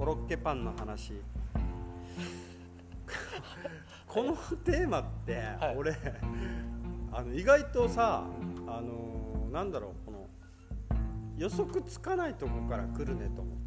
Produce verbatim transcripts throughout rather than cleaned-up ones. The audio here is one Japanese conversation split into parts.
コロッケパンの話このテーマって、はい、俺あの意外とさ、あのなんだろう、この予測つかないとこから来るねと思った。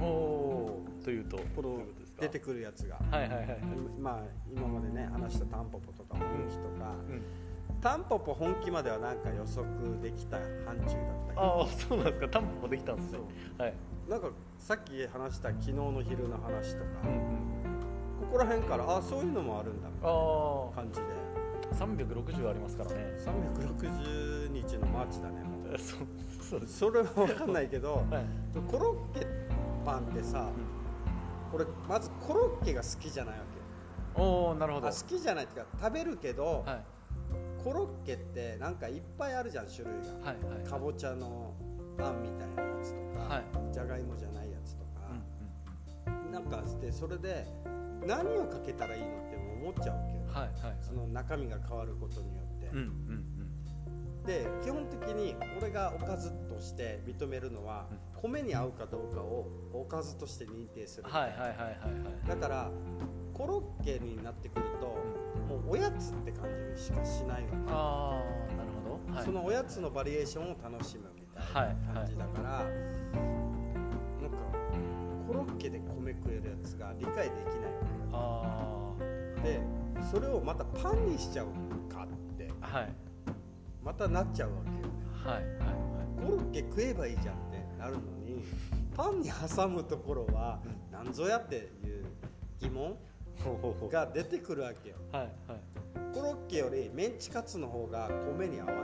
おー、というとこの出てくるやつが、 はいはいはいはい、 まあ今までね話したタンポポとか本気とか、うんうん、タンポポ本気まではなんか予測できた範疇だったけど、 ああそうなんですか。タンポポできたんですね。はい、 なんかさっき話した昨日の昼の話とか、うんうん、ここら辺からあそういうのもあるんだみたいな感じで、 さんびゃくろくじゅうありますからね。 さんびゃくろくじゅうにちのマーチだね。 そ, そうそれは分かんないけど、はい、コロッケパンってさ、うん、俺まずコロッケが好きじゃないわけ。 おー、なるほど。 あ好きじゃないっていうか食べるけど、はい、コロッケってなんかいっぱいあるじゃん、種類が、はいはい、かぼちゃのパンみたいなやつとか、はい、じゃがいもじゃないやつとか、うんうん、なんかしてそれで何をかけたらいいのって思っちゃうわけよ、はいはい、その中身が変わることによって、うんうんうん、で基本的に俺がおかずとして認めるのは、うん、米に合うかどうかをおかずとして認定するみたいな、はいはいはいはいはい、だからコロッケになってくると、うん、もうおやつって感じしかしないわけ。 あー、なるほど、はい、 そのおやつのバリエーションを楽しむみたいな感じだから、はいはい、なんかコロッケで米食えるやつが理解できないわけよ。あでそれをまたパンにしちゃうかって、はい、またなっちゃうわけよね、はいはいはい、コロッケ食えばいいじゃんってなるのにパンに挟むところは何ぞやっていう疑問が出てくるわけよ、はいはい、コロッケよりメンチカツの方が米に合わない。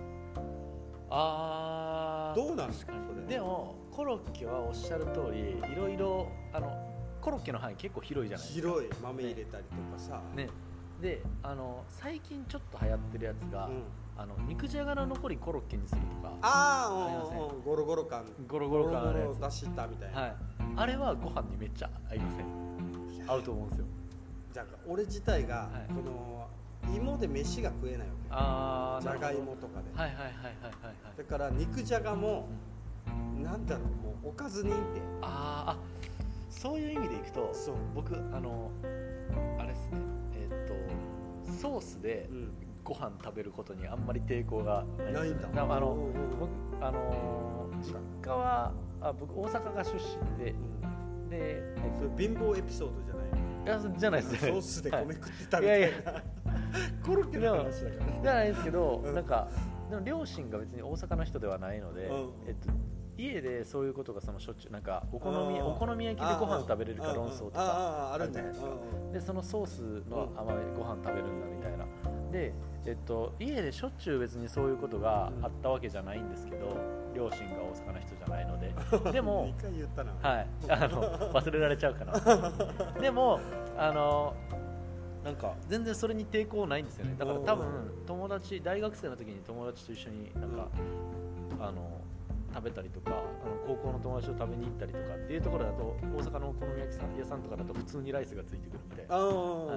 あどうなんですかそれ。 でもコロッケはおっしゃる通りいろいろあのコロッケの範囲結構広いじゃないですか。 広い、豆入れたりとかさ、ね、 であの最近ちょっと流行ってるやつが、うん、あの肉じゃがの残りコロッケにするとか、 ああ、ありません？ゴロゴロ感ゴロゴロ感あるやつ出したみたいな、はい、 あれはご飯にめっちゃ合いません？合うと思うんですよ。 じゃあ俺自体が、はい、この芋で飯が食えないわけ。あじゃがいもとかで、はいはいはいはいはい、はい、だから肉じゃがも、うん、なんだろう、もうおかず認定。ああ、 そういう意味でいくと、そう僕あのあれですね、えー、っとソースでご飯食べることにあんまり抵抗がないですね。ないんだ。あの僕あの実家はあ僕大阪が出身で、うん、で、 えっと、それ貧乏エピソードじゃない？ いやじゃないですね。 ソースで米食ってたみたいな、はい、いやいやコロッケの話だからね。 じゃないですけど、うん、なんかでも両親が別に大阪の人ではないので、うん、えっと家でそういうことがそのしょっちゅうなんかお好みお好み焼きでご飯食べれるか論争とかあるじゃないですか。でそのソースの甘いご飯食べるんだみたいな。でえっと家でしょっちゅう別にそういうことがあったわけじゃないんですけど、両親が大阪の人じゃないので、でもにかい言ったな、 はい、あの忘れられちゃうかな。でもあのなんか全然それに抵抗ないんですよね。だから多分友達大学生の時に友達と一緒になんか、うん、あの食べたりとか、あの高校の友達と食べに行ったりとかっていうところだと、大阪のお好み焼き屋さんとかだと普通にライスがついてくるみたいな、はい、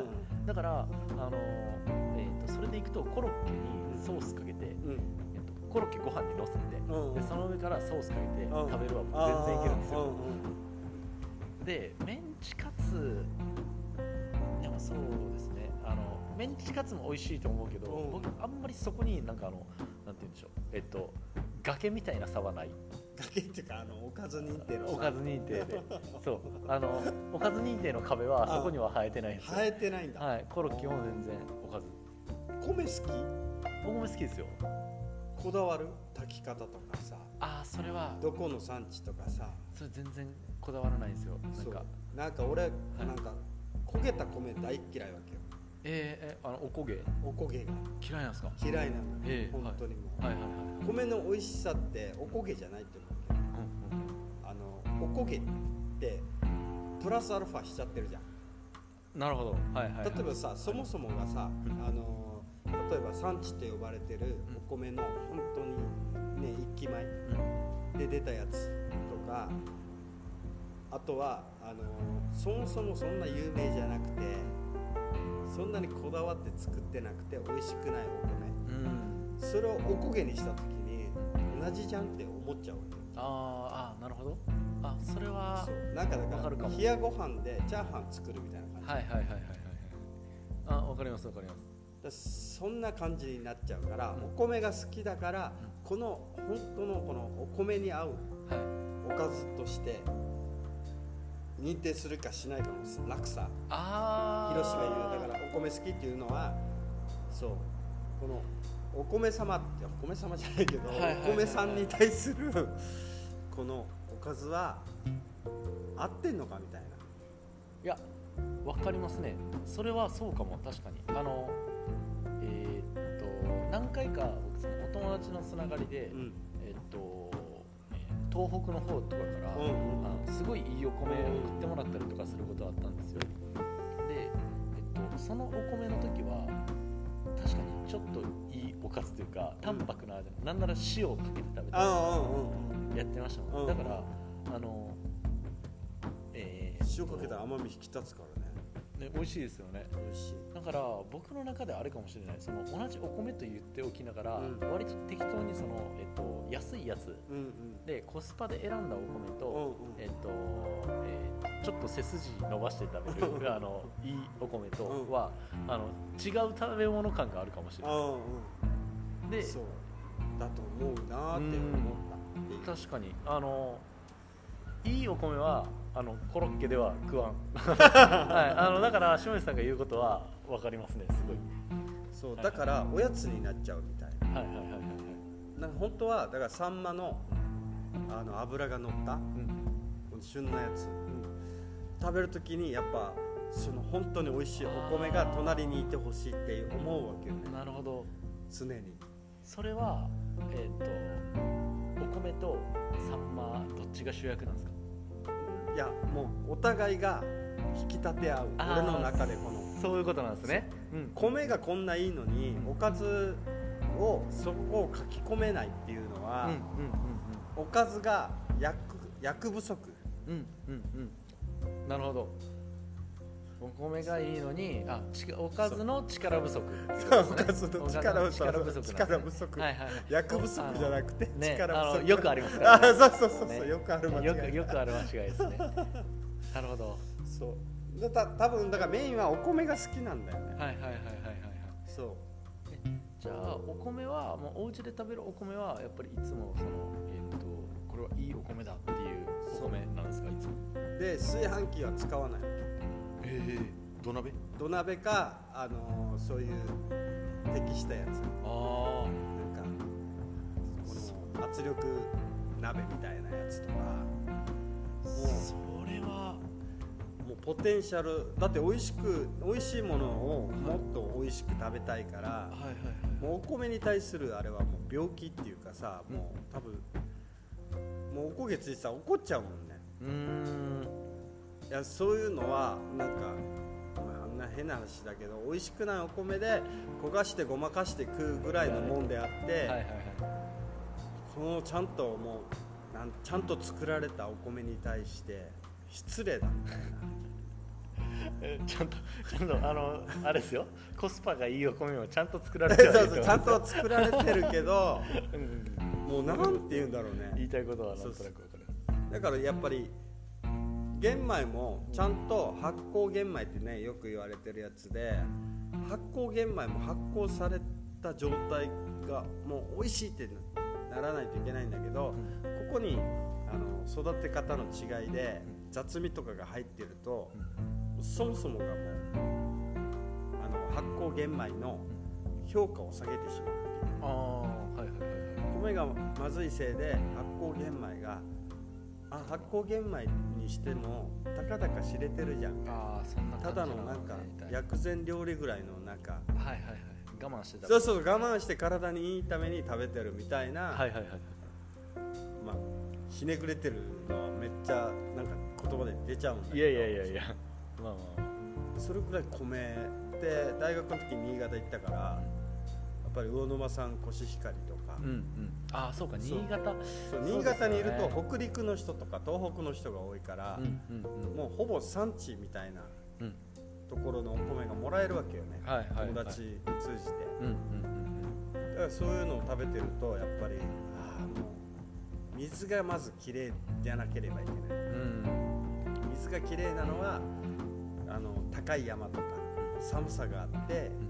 だからあの、えー、とそれでいくとコロッケにソースかけて、うん、えー、とコロッケご飯にのせて、うん、でその上からソースかけて食べるは全然いけるんですよ。でメンチカツでもそうですね、あのメンチカツも美味しいと思うけど、うん、僕あんまりそこになんかあのなんて言うんでしょう、えっと崖みたいな差はない。 崖っていうかあのおかず認定のおかず認定でそうあのおかず認定の壁はそこには生えてないんですよ。 生えてないんだ。 はい、コロッケも全然おかず。 米好き？ お米好きですよ。 こだわる？炊き方とかさ。 ああ、それはどこの産地とかさ。 それ全然こだわらないんですよ。なんかなんか俺、はい、なんか焦げた米大嫌いわけよ。 えー、えあのおこげおこげが嫌いなんですか？ 嫌いなの、えー、本当にもう、はいはいはいはい、米の美味しさっておこげじゃないって思うけど、うんうん、あのおこげってプラスアルファしちゃってるじゃん。 なるほど、はいはいはい、 例えばさ、そもそもがさ、あの例えば産地って呼ばれてるお米の本当にね一気米で出たやつとか、あとはあのそもそもそんな有名じゃなくてそんなにこだわって作ってなくて美味しくないお米、うん、それをおこげにした時に同じじゃんって思っちゃうわけ。 ああ、なるほど。あ、それはそうなんかだから冷やご飯でチャーハン作るみたいな感じ。 はいはいはいはいはい。あ、わかりますわかります。 そんな感じになっちゃうから、お米が好きだから、うん、この本当のこのお米に合うおかずとして認定するかしないかの落差。あヒロシが言うだからお米好きっていうのはそうこのお米様ってお米様じゃないけど、はいはいはいはい、お米さんに対するこのおかずは合ってんのかみたいな。 いやわかりますね。それはそうかも。確かにあのえー、っと何回か僕そのお友達のつながりで、うん、えー、っと東北の方とかから、うんうん、あのすごいいいお米を送ってもらったりとかすることがあったんですよ。で、えっと、そのお米の時は確かにちょっといいおかずというか淡白な味、うん、なんなら塩をかけて食べたりやってましたもん、うんうん、だからあの、 えー、塩かけたら甘み引き立つからね。 ね、美味しいですよね。 美味しい。 だから僕の中であれかもしれない。その同じお米と言っておきながら、うん、割と適当にその、えっと、安いやつ、うんうん、でコスパで選んだお米と、うんうん、えっとえー、ちょっと背筋伸ばして食べるあのいいお米とは、うん、あの違う食べ物感があるかもしれない。うんうん、でそうだと思うなって思った。 確かにあのいいお米はあのコロッケでは食わん、はい、あのだから下地さんが言うことは分かりますね。すごいそうだからおやつになっちゃうみたいな。はいはいはいはい。なんか本当はだからサンマのあの脂が乗った、うん、旬なやつ、うん、食べるときにやっぱその本当に美味しいお米が隣にいてほしいって思うわけよね。 なるほど。 常にそれはえっとお米とサンマどっちが主役なんですか？ いやもうお互いが引き立て合う。俺の中でこのそういうことなんですね、 うん、米がこんないいのにおかずをそこを書き込めないっていうのは、うんうんうんうん、おかずが 役, 役不足、 うんうんうん、なるほど。お米がいいのにあおかずの力不足、ね、 おかずの力不足、力不足、ね、力不足、はいはいはい、役不足じゃなくて、ね、力不足、 よくありますから、ね、 あそうそうそうそう、ね、よくある間違いよくよくある間違いですね。なるほど。 そうだ多分だからメインはお米が好きなんだよね。 はいはいはいはいはいはい。 そうじゃあお米はもうお家で食べるお米はやっぱりいつもそのえっとこれはいいお米だっていうお米なんですか？いつもで炊飯器は使わない。 えー、土鍋土鍋か、あのー、そういう適したやつ。あなんかこの圧力鍋みたいなやつとか。 もうそれはもうポテンシャルだって美味しく美味しいものをもっと美味しく食べたいから、はいはいはい、もうお米に対するあれはもう病気っていうかさ、うん、もう多分もうおこげついてたら怒っちゃうもんね。うーんいやそういうのはなんか、まあ、あんな変な話だけど美味しくないお米で焦がしてごまかして食うぐらいのもんであって、はいはいはいはい、このちゃんともうなんちゃんと作られたお米に対して失礼だみたいなちゃんとちゃんとあのあれですよ、コスパがいいお米もちゃんと作られてるそうそうちゃんと作られてるけど、うん、もうなんて言うんだろうね。 言いたいことはなんとなく分かる。 だからやっぱり玄米もちゃんと発酵玄米ってねよく言われてるやつで、発酵玄米も発酵された状態がもう美味しいってならないといけないんだけど、ここにあの育て方の違いで雑味とかが入ってると、そもそもがもうあの発酵玄米の評価を下げてしまうっていう。あ、はいはいはい、米がまずいせいで発酵玄米があ発酵玄米にしてもたかだか知れてるじゃん。あそんなただのなんか薬膳料理ぐらいのなんか、はいはいはい、 我慢してた。 そうそう我慢して体にいいために食べてるみたいな、はいはいはい、まあひねくれてるのはめっちゃなんか言葉で出ちゃうんだけど。 いやいやいやいや、まあまあそれくらい米で大学の時に新潟行ったから、やっぱり魚沼産コシヒカリとか、うんうん、 あそうか新潟そうそう新潟にいると北陸の人とか東北の人が多いから、うんうんうん、もうほぼ産地みたいなところのお米がもらえるわけよね、はいはいはい、友達通じて、うんうんうん、だからそういうのを食べてるとやっぱりあもう水水がまずきれいじゃなければいけない、うん、水がきれいなのはあの高い山とか寒さがあって、うん、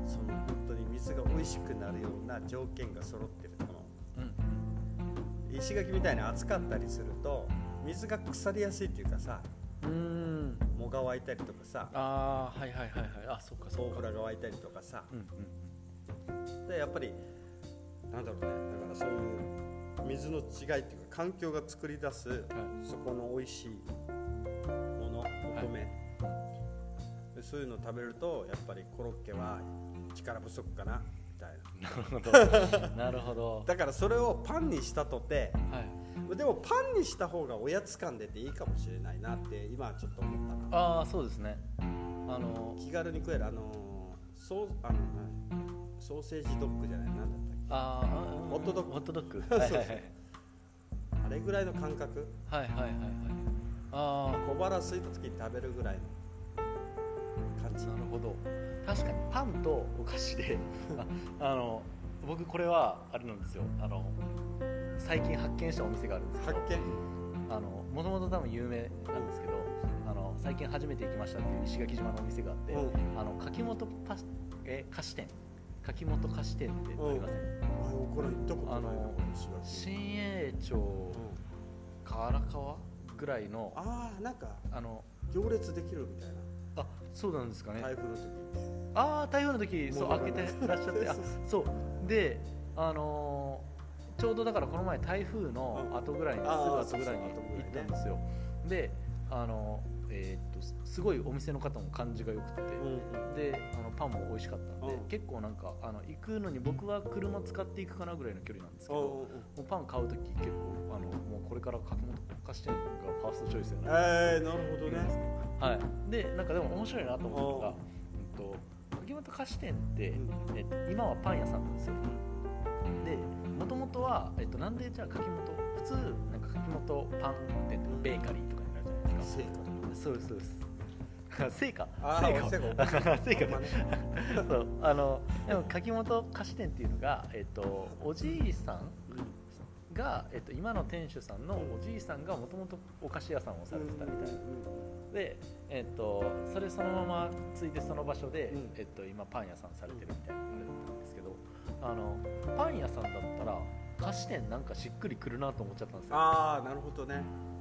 その本当に水が美味しくなるような条件が揃ってるところ、うん、石垣みたいに暑かったりすると水が腐りやすいっていうかさ、うーん藻が湧いたりとかさ、 あーはいはいはいはい、あそっかそっか、 大フラが湧いたりとかさ、うんうん、でやっぱりなんだろうね、だからそういう水の違いっていうか環境が作り出す、はい、そこの美味しいもの、お米、はい、でそういうのを食べるとやっぱりコロッケは力不足かなみたいな。なるほどなるほど。だからそれをパンにしたとて、はい、でもパンにした方がおやつ感出ていいかもしれないなって今はちょっと思ったな。 ああそうですね、あの気軽に食えるあのソーあのソーセージドッグじゃない、なんだったっけ、 ああホットドッグ、 ホットドッグそうそうあれぐらいの感覚、 はいはいはいはい、ああ小腹空いた時に食べるぐらいの感じ。 なるほど、確かにパンとお菓子でああの僕これはあれなんですよ、あの最近発見したお店があるんですけど、 発見、 あのもともと多分有名なんですけど、あの最近初めて行きましたっていう石垣島のお店があって、うん、あの柿本パえ菓子店柿本菓子店ってありません？ うん、これ行ったことないな。 新栄町か荒川ぐらいの、 ああなんかあの行列できるみたいな。 あ、そうなんですかね。 台風の時。 ああ台風の時そう開けてらっしゃってあそうであのー、ちょうどだからこの前台風の後ぐらいに、うん、すぐ後ぐらいに行ったんですよ。であのーえー、っとすごいお店の方も感じが良くて、うん、であのパンも美味しかったんで、うん、結構なんかあの行くのに僕は車使っていくかなぐらいの距離なんですけど、うん、もうパン買う時結構あのもうこれから柿本菓子店がファーストチョイスになる。 えー、なるほどね。 はい。でなんかでも面白いなと思うのが、うんと柿本菓子店って、うんえっと、今はパン屋さんなんですよ。でもともとは、えっと、なんでじゃあ柿本普通なんか柿本パン店とかベーカリーとかになるじゃないですか。そうですそうです。成果成果成果成果そうあのでも柿本菓子店っていうのが、えっと、おじいさんが、えっと、今の店主さんのおじいさんがもともとお菓子屋さんをされてたみたいなで、えっと、それそのまま継いでその場所で、えっと、今パン屋さんされてるみたいなあれだったんですけど、あのパン屋さんだったら菓子店なんかしっくりくるなと思っちゃったんですよ。 ああなるほどね。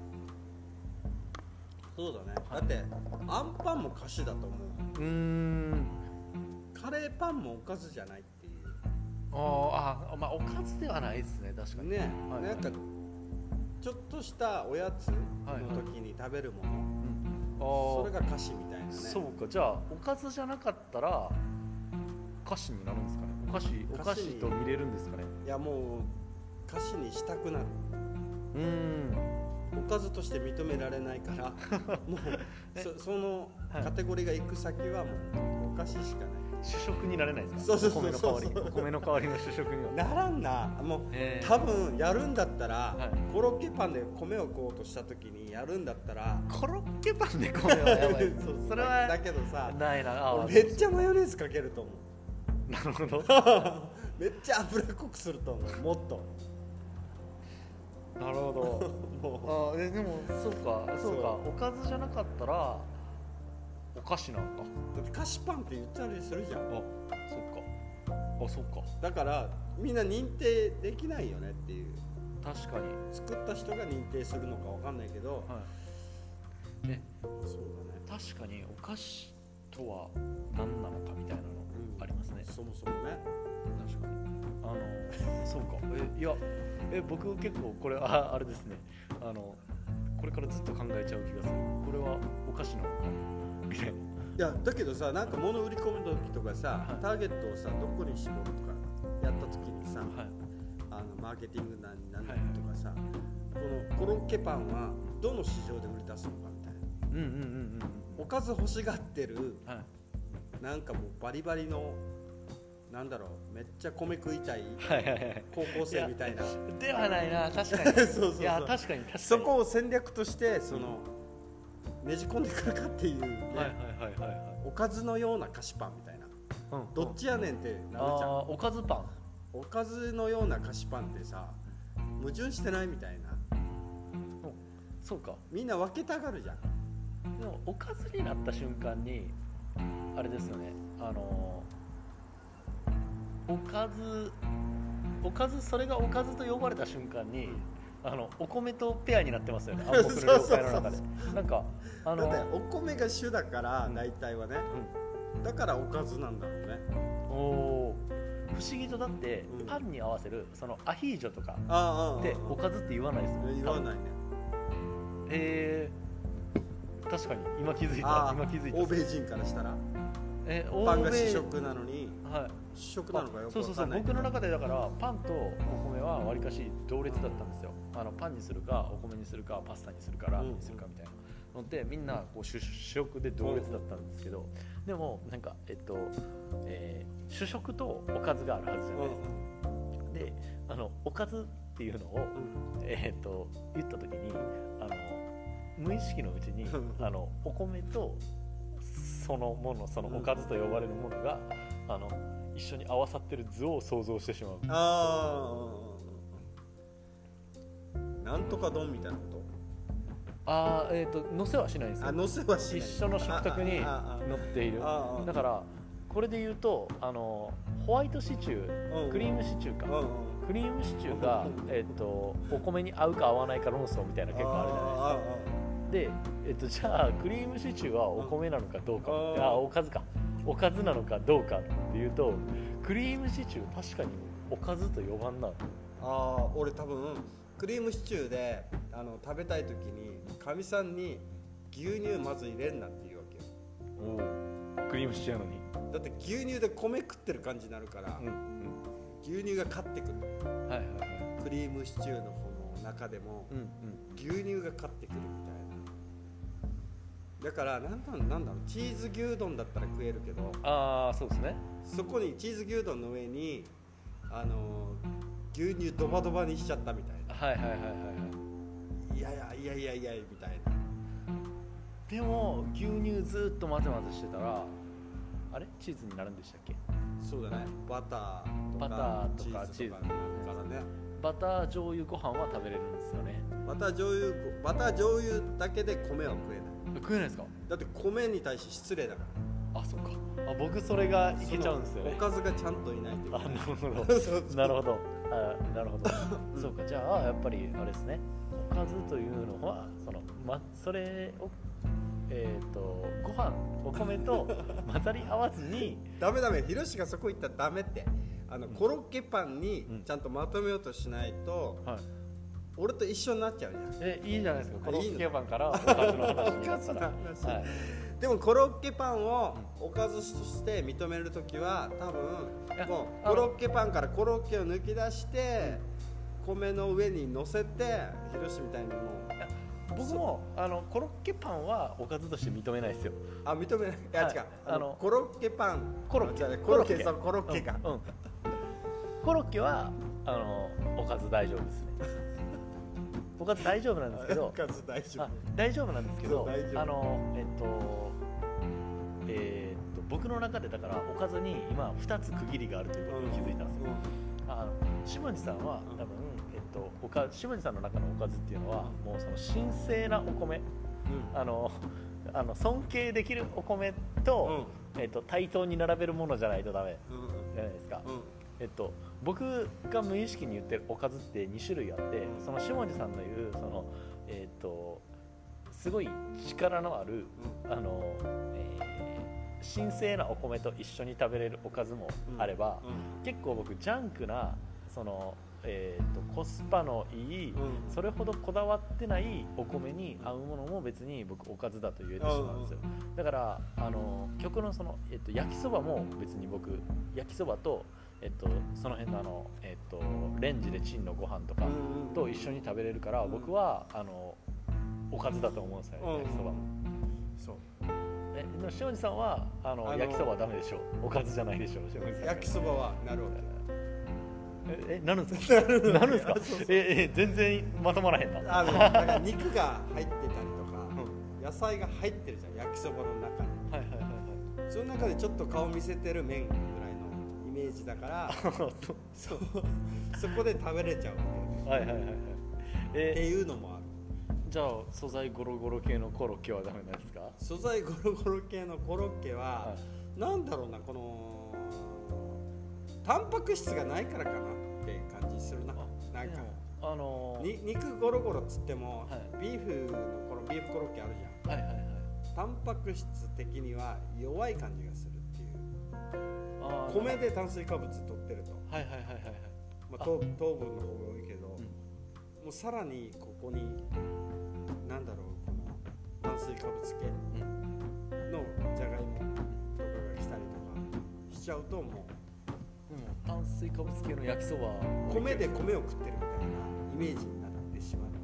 そうだね、だってあんパンも菓子だと思う。うーんカレーパンもおかずじゃないっていう。 ああまあおかずではないですね確かにね、はい、なんかちょっとしたおやつの時に食べるもの、はいはい、それが菓子みたいなね。 そうか、じゃあおかずじゃなかったら菓子になるんですかね。お菓子お菓子と見れるんですかね。 いやもう菓子にしたくなる。うーんおかずとして認められないからもう そ, そのカテゴリーが行く先はもうお菓子しかない。 主食になれないですか。 そうそうそうそうお米の代わりお米の代わりの主食にはならんな。もう多分やるんだったら、はい、コロッケパンで米を食おうとした時にやるんだったらコロッケパンで米はやばいそうそれはだけどさないなめっちゃマヨネーズかけると思う。なるほどめっちゃ脂っこくすると思う。もっとなるほどもうあえでもそうかそうかおかずじゃなかったらお菓子なんだ。 だって菓子パンって言ったりするじゃん。あそっかあそっかだからみんな認定できないよねっていう。 確かに作った人が認定するのかわかんないけど、はい、ねそうだね。 確かにお菓子とは何なのかみたいなのありますね、 うん、そもそもね。 確かにあのそうかえいやえ僕結構これ あ, あれですねあのこれからずっと考えちゃう気がする。これはお菓子なのかみたいな。いやだけどさなんか物売り込む時とかさ、はい、ターゲットをさどこに絞るとかやった時にさ、はい、あのマーケティングなんなんとかさ、はい、このコロッケパンはどの市場で売り出すのかみたいな、うんうんうんうん、おかず欲しがってる、はい、なんかもうバリバリのなんだろうめっちゃ米食いたい高校生みたいなではないな確かにそうそうそういや確かに確かにそこを戦略としてその、うん、ねじ込んでくるかっていう、ねはいはいはいはい、 おかずのような菓子パンみたいな、うん、どっちやねんってなるじゃん。 あおかずパンおかずのような菓子パンってさも矛盾してないみたいな。 そうか、 みんな分けたがるじゃん。 でもおかずになった瞬間にあれですよね、あのおかずおかずそれがおかずと呼ばれた瞬間に、あのお米とペアになってますよね、暗黙の了解の中で。なんかあのだってお米が主だから大体はね、うん、だからおかずなんだろうね。 お不思議とだって、うん、パンに合わせるそのアヒージョとかっておかずって言わないですよね。 言わないね。 えー、確かに今気づいた今気づいた。 欧米人からしたら、 えー、パンが主食なのに、 はい、 主食なのかよくわかんない。 そうそうそう、僕の中でだからパンとお米はわりかし同列だったんですよ。あのパンにするかお米にするかパスタにするかラーメンにするかみたいなので、みんなこう主食で同列だったんですけど、でもなんかえっと、えー、主食とおかずがあるはずじゃないですか。で、あのおかずっていうのを、えー、っと言った時にあの無意識のうちにあのお米とそのもの、そのおかずと呼ばれるものがあの一緒に合わさってる図を想像してしまう。 ああ、なんとか丼みたいなこと。 ああ、えっと乗せはしないんですよ。 あ、乗せはしない。 一緒の食卓に乗っている。だからこれで言うと、あのホワイトシチュー、クリームシチューか、クリームシチューがえっとお米に合うか合わないか論争みたいな結構あるじゃないですか。で、えっと、じゃあクリームシチューはお米なのかどうか、ああおかずかおかずなのかどうかっていうと、クリームシチュー確かにおかずと呼ばんな。 ああ、俺多分クリームシチューであの食べたい時にかみさんに牛乳まず入れんなって言うわけよ。 おクリームシチューなのに。 だって牛乳で米食ってる感じになるから、うんうん、牛乳が勝ってくる、はいはいはい、クリームシチューのこの中でも、うんうん、牛乳が勝ってくるみたいな。だからなんだ、なんだろう、チーズ牛丼だったら食えるけど、 ああそうですね、 そこにチーズ牛丼の上にあの牛乳ドバドバにしちゃったみたいな、 はいはいはいはいはいいやいやいやいやいやみたいな。 でも牛乳ずっと混ぜ混ぜしてたらあれチーズになるんでしたっけ。 そうだね、バターとかバターとかチーズとかからね。 バター醤油ご飯は食べれるんですよね。 バター醤油バター醤油だけで米は食えない。 食えないですか。 だって米に対して失礼だから。 あ、そっか。あ、僕それがいけちゃうんですよね。 おかずがちゃんといないというか。 あ、なるほどなるほど、あ、なるほどそうか、じゃあやっぱりあれですね、おかずというのはその、ま、それをえー、とご飯お米と混ざり合わずにダメダメ、ヒロシがそこ行ったらダメって。あの、うん、コロッケパンにちゃんとまとめようとしないと、うん、はい、俺と一緒になっちゃうじゃん。 え、いいじゃないですか、コロッケパンからおかずの話になったらはい、 でもコロッケパンをおかずとして認めるときは多分もうコロッケパンからコロッケを抜き出して米の上に乗せて、ヒロシみたいにもう僕もあのコロッケパンはおかずとして認めないですよ。 あ、認めない。いや、はい、違う、あのコロッケパン、 コロッケコロッケ、コロッケが、うんうん、 コロッケはあのおかず大丈夫ですねおかず大丈夫なんですけどおかず大丈夫、 あ、大丈夫なんですけど、あのえっとえー、っと僕の中でだからおかずに今ふたつ区切りがあるということに気づいたんですよ、うん、あの下地さんは多分、えっと、おか下地さんの中のおかずっていうのはもうその神聖なお米、うん、あのあの尊敬できるお米と、うん、えっと、対等に並べるものじゃないとダメじゃないですか、うんうん、えっと、僕が無意識に言ってるおかずってに種類あって、その下地さんの言うその、えっと、すごい力のある、あの、えー、神聖なお米と一緒に食べれるおかずもあれば、結構僕ジャンクなその、えー、とコスパのいい、うん、それほどこだわってないお米に合うものも別に僕おかずだと言えてしまうんですよ。だからあの極論その、えー、と焼きそばも別に僕焼きそばと、えー、とその辺のあの、えー、とレンジでチンのご飯とかと一緒に食べれるから僕はあのおかずだと思うんですよね、焼きそばも。そうえでも塩地さんはあのあの焼きそばはダメでしょ、おかずじゃないでしょ。 焼きそばはなるわけえ、なるんですかなるんですかえ、え、全然まとまらへんな。 あのだから肉が入ってたりとか、うん、野菜が入ってるじゃん、焼きそばの中に。はいはいはいはい。その中でちょっと顔見せてる麺ぐらいのイメージだからそ, そこで食べれちゃうわけね。 はいはいはいはい、 えー、っていうのもある。 じゃあ素材ゴロゴロ系のコロッケはダメなんですか？ 素材ゴロゴロ系のコロッケは、はい、なんだろうな、このタンパク質がないからかなって感じするな。なんかあのー、に肉ゴロゴロっつっても、はい、ビーフのこのビーフコロッケあるじゃん、はいはいはい、タンパク質的には弱い感じがするっていう。あ、米で炭水化物取ってると、はいはいはいはい、まあ、糖, 糖分の方が多いけど、うん、もうさらにここになんだろう、この炭水化物系のじゃがいもとかが来たりとかしちゃうと、もう、 でも炭水化物系の焼きそば、 米で米を食ってるみたいなイメージになってしまって、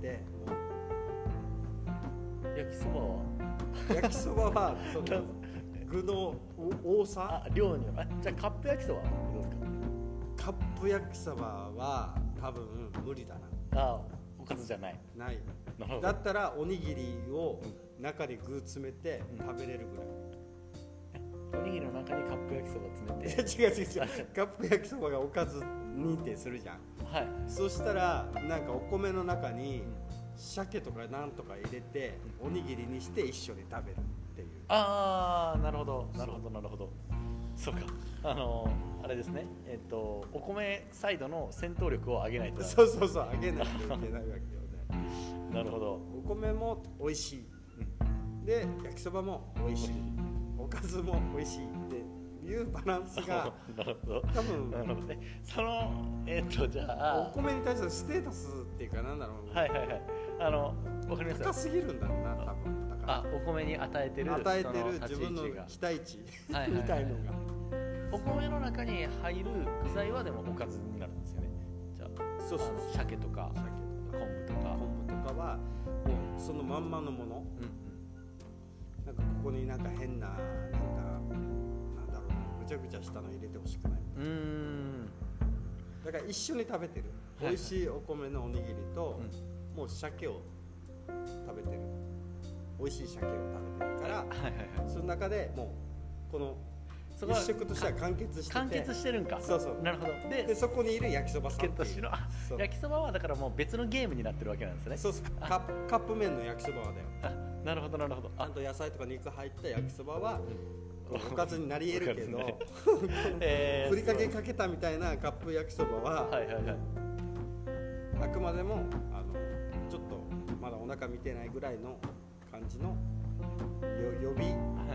焼きそばは焼きそばはその具の多さ、 あ、量には、じゃあカップ焼きそばはどうですか？カップ焼きそばは多分無理だな。 ああ、おかずじゃないない。だったらおにぎりを中に具詰めて食べれるぐらい、 うん、おにぎりの中にカップ焼きそば詰めて違う違う違うカップ焼きそばがおかず認定するじゃん、はい、そしたらなんかお米の中に鮭とかなんとか入れておにぎりにして一緒に食べるっていう。 ああ、なるほどなるほどなるほど、そうか、あのー、あれですね、えっとお米サイドの戦闘力を上げないと。 そうそうそう、上げないといけないわけよねなるほど。 お米も美味しい、うん、で焼きそばも美味しい、おかずも美味しいっていうバランスがなるほど多分なるほどね。そのえー、っとじゃあお米に対してのステータスっていうか、なんだろう、 はいはいはい、あのわかりますよ。 高すぎるんだろうな、多分。だからあ、お米に与えてる与えてる自分の期待値みたいのが、 お米の中に入る具材はでもおかずになるんですよね。じゃあ、そうそう、鮭とか昆布とか昆布とかはもうそのまんまのもの、うんうん、なんかここになんか変ななんかなんだろうな、ぐちゃぐちゃしたの入れてほしくない。うーん、だから一緒に食べてる、はいはい、美味しいお米のおにぎりと、うん、もう鮭を食べてる、美味しい鮭を食べてるから、はいはいはい、その中でもうこの一食としては完結してて、 完結してるんか。 そうそう、 なるほど。 で, でそこにいる焼きそばさんっていう、 焼きそばはだからもう別のゲームになってるわけなんですね。 そうそう、カップ、カップ麺の焼きそばはだよ。 あ、なるほどなるほど。 ちゃんと野菜とか肉入った焼きそばはおかずになり得るけど、ねえー、ふりかけかけたみたいなカップ焼きそばは、はいはいはい、あくまでもあのちょっとまだお腹見てないぐらいの感じのよ予備、はい、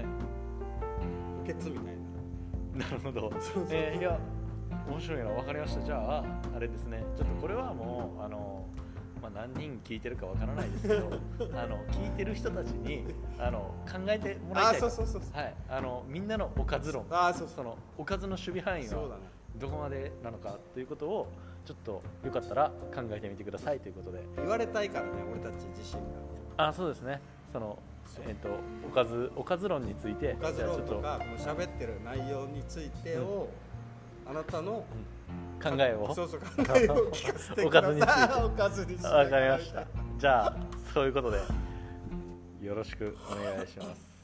補欠みたいな。 なるほど。えー、いや面白いな、分かりました。じゃああれですね、ちょっとこれはもうあの、まあ、何人聞いてるか分からないですけどあの聞いてる人たちにあの考えてもらいたい。あ、そうそうそうそう、はい、あのみんなのおかず論、あ、そうそう、そのおかずの守備範囲がどこまでなのかということをちょっとよかったら考えてみてくださいということで。 言われたいからね、俺たち自身が。あ、そうですね。そのえー、とおかずおかず論について、 おかず論とかこの喋ってる内容についてを、うん、あなたの、 うん、考えをそうそう考えを聞かせてください。 おかずについておかずについて。 わかりました。じゃあそういうことでよろしくお願いします。